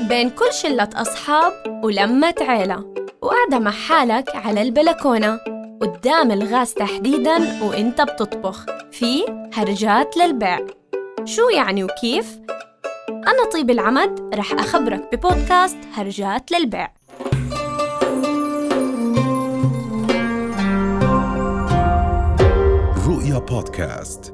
بين كل شلة أصحاب ولمة عيلة، وقاعدة مع حالك على البلكونة قدام الغاز تحديداً وإنت بتطبخ في هرجات للبيع. شو يعني وكيف؟ أنا طيب العمد رح أخبرك ببودكاست هرجات للبيع. رؤيا بودكاست.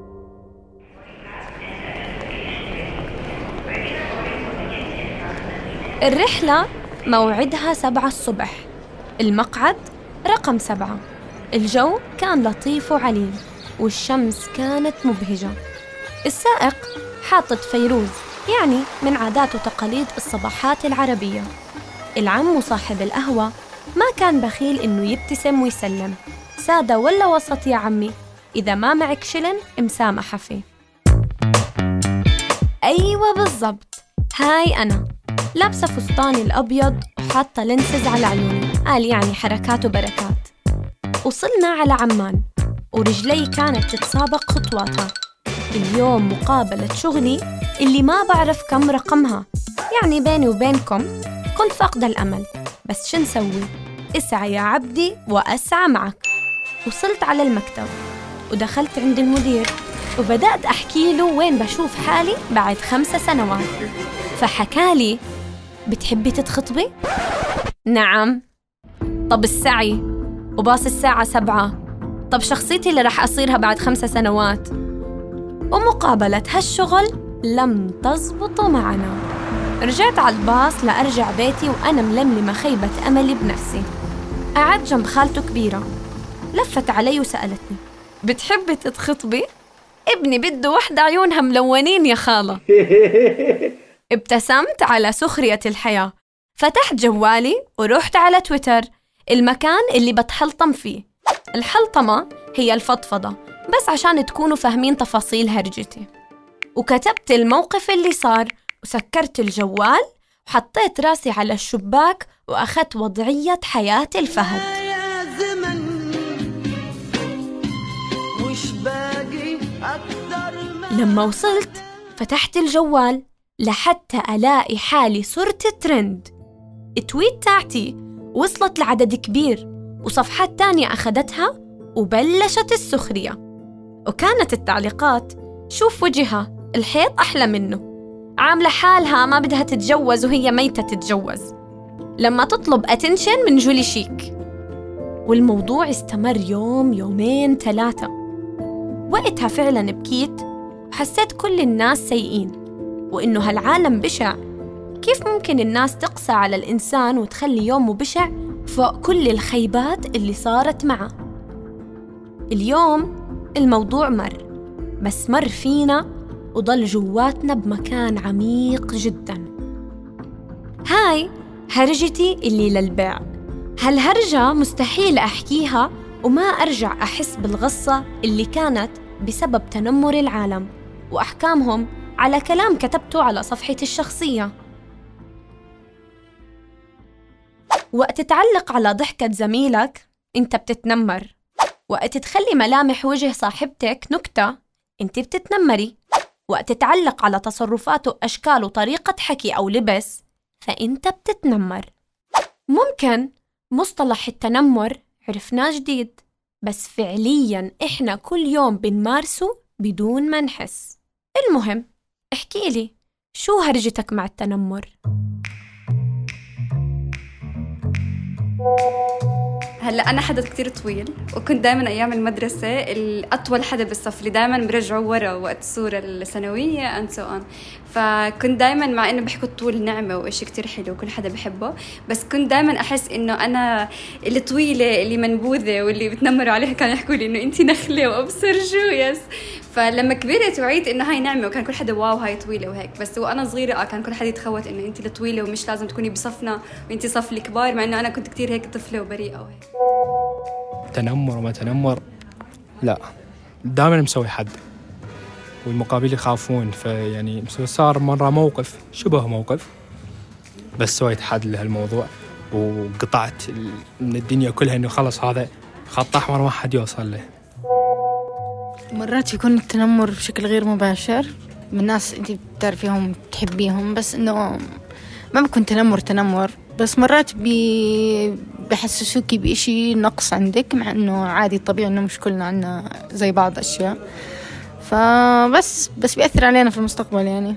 الرحلة موعدها 7 الصبح، المقعد رقم 7. الجو كان لطيف وعليل والشمس كانت مبهجة. السائق حاطط فيروز، يعني من عادات وتقاليد الصباحات العربية. العم وصاحب القهوة ما كان بخيل إنه يبتسم ويسلم، سادة ولا وسط يا عمي، إذا ما معك شلن مسامحة فيه. أيوة بالضبط، هاي أنا لابسة فستاني الأبيض وحاطة لينسز على عيوني، قال يعني حركات وبركات. وصلنا على عمان ورجلي كانت تتسابق خطواتها. اليوم مقابلة شغلي اللي ما بعرف كم رقمها، يعني بيني وبينكم كنت فاقدة الأمل، بس شو نسوي؟ اسعى يا عبدي وأسعى معك. وصلت على المكتب ودخلت عند المدير وبدأت أحكي له وين بشوف حالي بعد 5 سنوات. فحكالي: بتحبي تتخطبي؟ نعم. طب السعي وباص الساعة 7؟ طب شخصيتي اللي رح أصيرها بعد 5 سنوات؟ ومقابلة هالشغل لم تزبط معنا. رجعت على الباص لأرجع بيتي وأنا ململمة خيبة أملي بنفسي. قعدت جنب خالته كبيرة، لفت علي وسألتني: بتحبي تتخطبي؟ ابني بده وحدة عيونها ملونين يا خالة. ابتسمت على سخرية الحياة، فتحت جوالي ورحت على تويتر، المكان اللي بتحلطم فيه. الحلطمة هي الفضفضة، بس عشان تكونوا فاهمين تفاصيل هرجتي. وكتبت الموقف اللي صار وسكرت الجوال وحطيت راسي على الشباك وأخذت وضعية حياة الفهد. لما وصلت فتحت الجوال لحتى ألاقي حالي صرت ترند. التويت تاعتي وصلت لعدد كبير وصفحات تانية أخدتها وبلشت السخرية. وكانت التعليقات: شوف وجهها، الحيط أحلى منه، عاملة حالها ما بدها تتجوز وهي ميتة تتجوز، لما تطلب أتنشن من جولي شيك. والموضوع استمر يوم 2 3. وقتها فعلاً بكيت وحسيت كل الناس سيئين وإنه هالعالم بشع. كيف ممكن الناس تقسى على الإنسان وتخلي يومه بشع فوق كل الخيبات اللي صارت معه؟ اليوم الموضوع مر، بس مر فينا وضل جواتنا بمكان عميق جداً. هاي هرجتي اللي للبيع. هالهرجة مستحيل أحكيها وما أرجع أحس بالغصة اللي كانت بسبب تنمر العالم وأحكامهم على كلام كتبته على صفحتي الشخصية. وقت تعلق على ضحكة زميلك أنت بتتنمر، وقت تخلي ملامح وجه صاحبتك نكتة أنت بتتنمري، وقت تعلق على تصرفاته أشكال وطريقة حكي أو لبس فأنت بتتنمر. ممكن مصطلح التنمر عرفناه جديد، بس فعلياً إحنا كل يوم بنمارسه بدون ما نحس. المهم احكي لي، شو هرجتك مع التنمر؟ هلا أنا حدا كتير طويل، وكنت دائما أيام المدرسة الأطول حدا بالصف اللي دائما برجعوا ورا وقت الصورة السنوية and so on. فكنت دائما، مع إنه بيحكوا الطول نعمة وإشي كتير حلو وكل حدا بحبه، بس كنت دائما أحس إنه أنا الطويلة اللي منبوذة واللي بتنمروا عليها كانوا يحكوا لي إنه أنتي نخلة وأبصر شو يس. فلما كبرت وعيت إنه هاي نعمة، وكان كل حدا واو هاي طويلة وهيك، بس وأنا صغيرة كان كل حدا يتخوت إنه أنتي الطويلة ومش لازم تكوني بصفنا وأنتي صف الكبار، مع إنه أنا كنت كتير هيك طفلة وبريئة وهيك. تنمر وما تنمر لا، دائما مسوي حد والمقابل يخافون. فيعني صار مرة موقف شبه موقف، بس سويت حد لهالموضوع وقطعت من الدنيا كلها إنه خلص هذا خط أحمر ما حد يوصل له. مرات يكون التنمر بشكل غير مباشر من ناس أنت بتعرفيهم تحبيهم، بس إنه ما بكون تنمر، بس مرات بحسسوكي بإشي نقص عندك، مع إنه عادي طبيعي إنه مش كلنا عنا زي بعض أشياء. فبس بيأثر علينا في المستقبل يعني.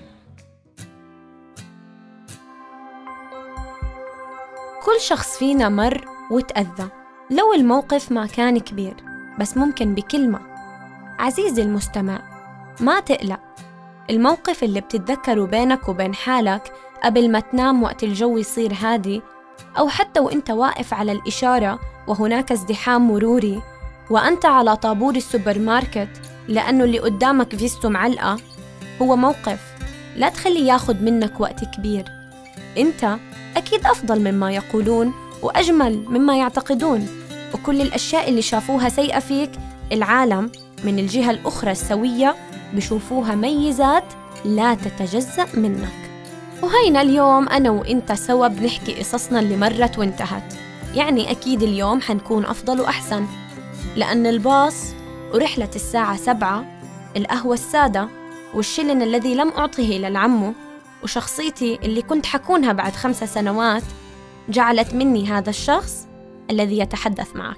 كل شخص فينا مر وتأذى، لو الموقف ما كان كبير، بس ممكن بكلمة. عزيزي المستمع، ما تقلق، الموقف اللي بتتذكره بينك وبين حالك قبل ما تنام وقت الجو يصير هادي، أو حتى وإنت واقف على الإشارة وهناك ازدحام مروري، وأنت على طابور السوبر ماركت لأنه اللي قدامك فيستو معلقة، هو موقف لا تخلي ياخد منك وقت كبير. أنت أكيد أفضل مما يقولون وأجمل مما يعتقدون، وكل الأشياء اللي شافوها سيئة فيك العالم من الجهة الأخرى السوية بشوفوها ميزات لا تتجزأ منك. وهينا اليوم أنا وإنت سوا بنحكي قصصنا اللي مرت وانتهت، يعني أكيد اليوم حنكون أفضل وأحسن، لأن الباص ورحلة الساعة 7، القهوة السادة والشلن الذي لم أعطيه للعمو، وشخصيتي اللي كنت حكونها بعد 5 سنوات جعلت مني هذا الشخص الذي يتحدث معك.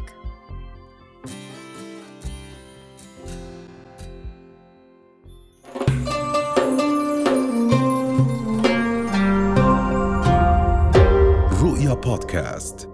رؤيا بودكاست.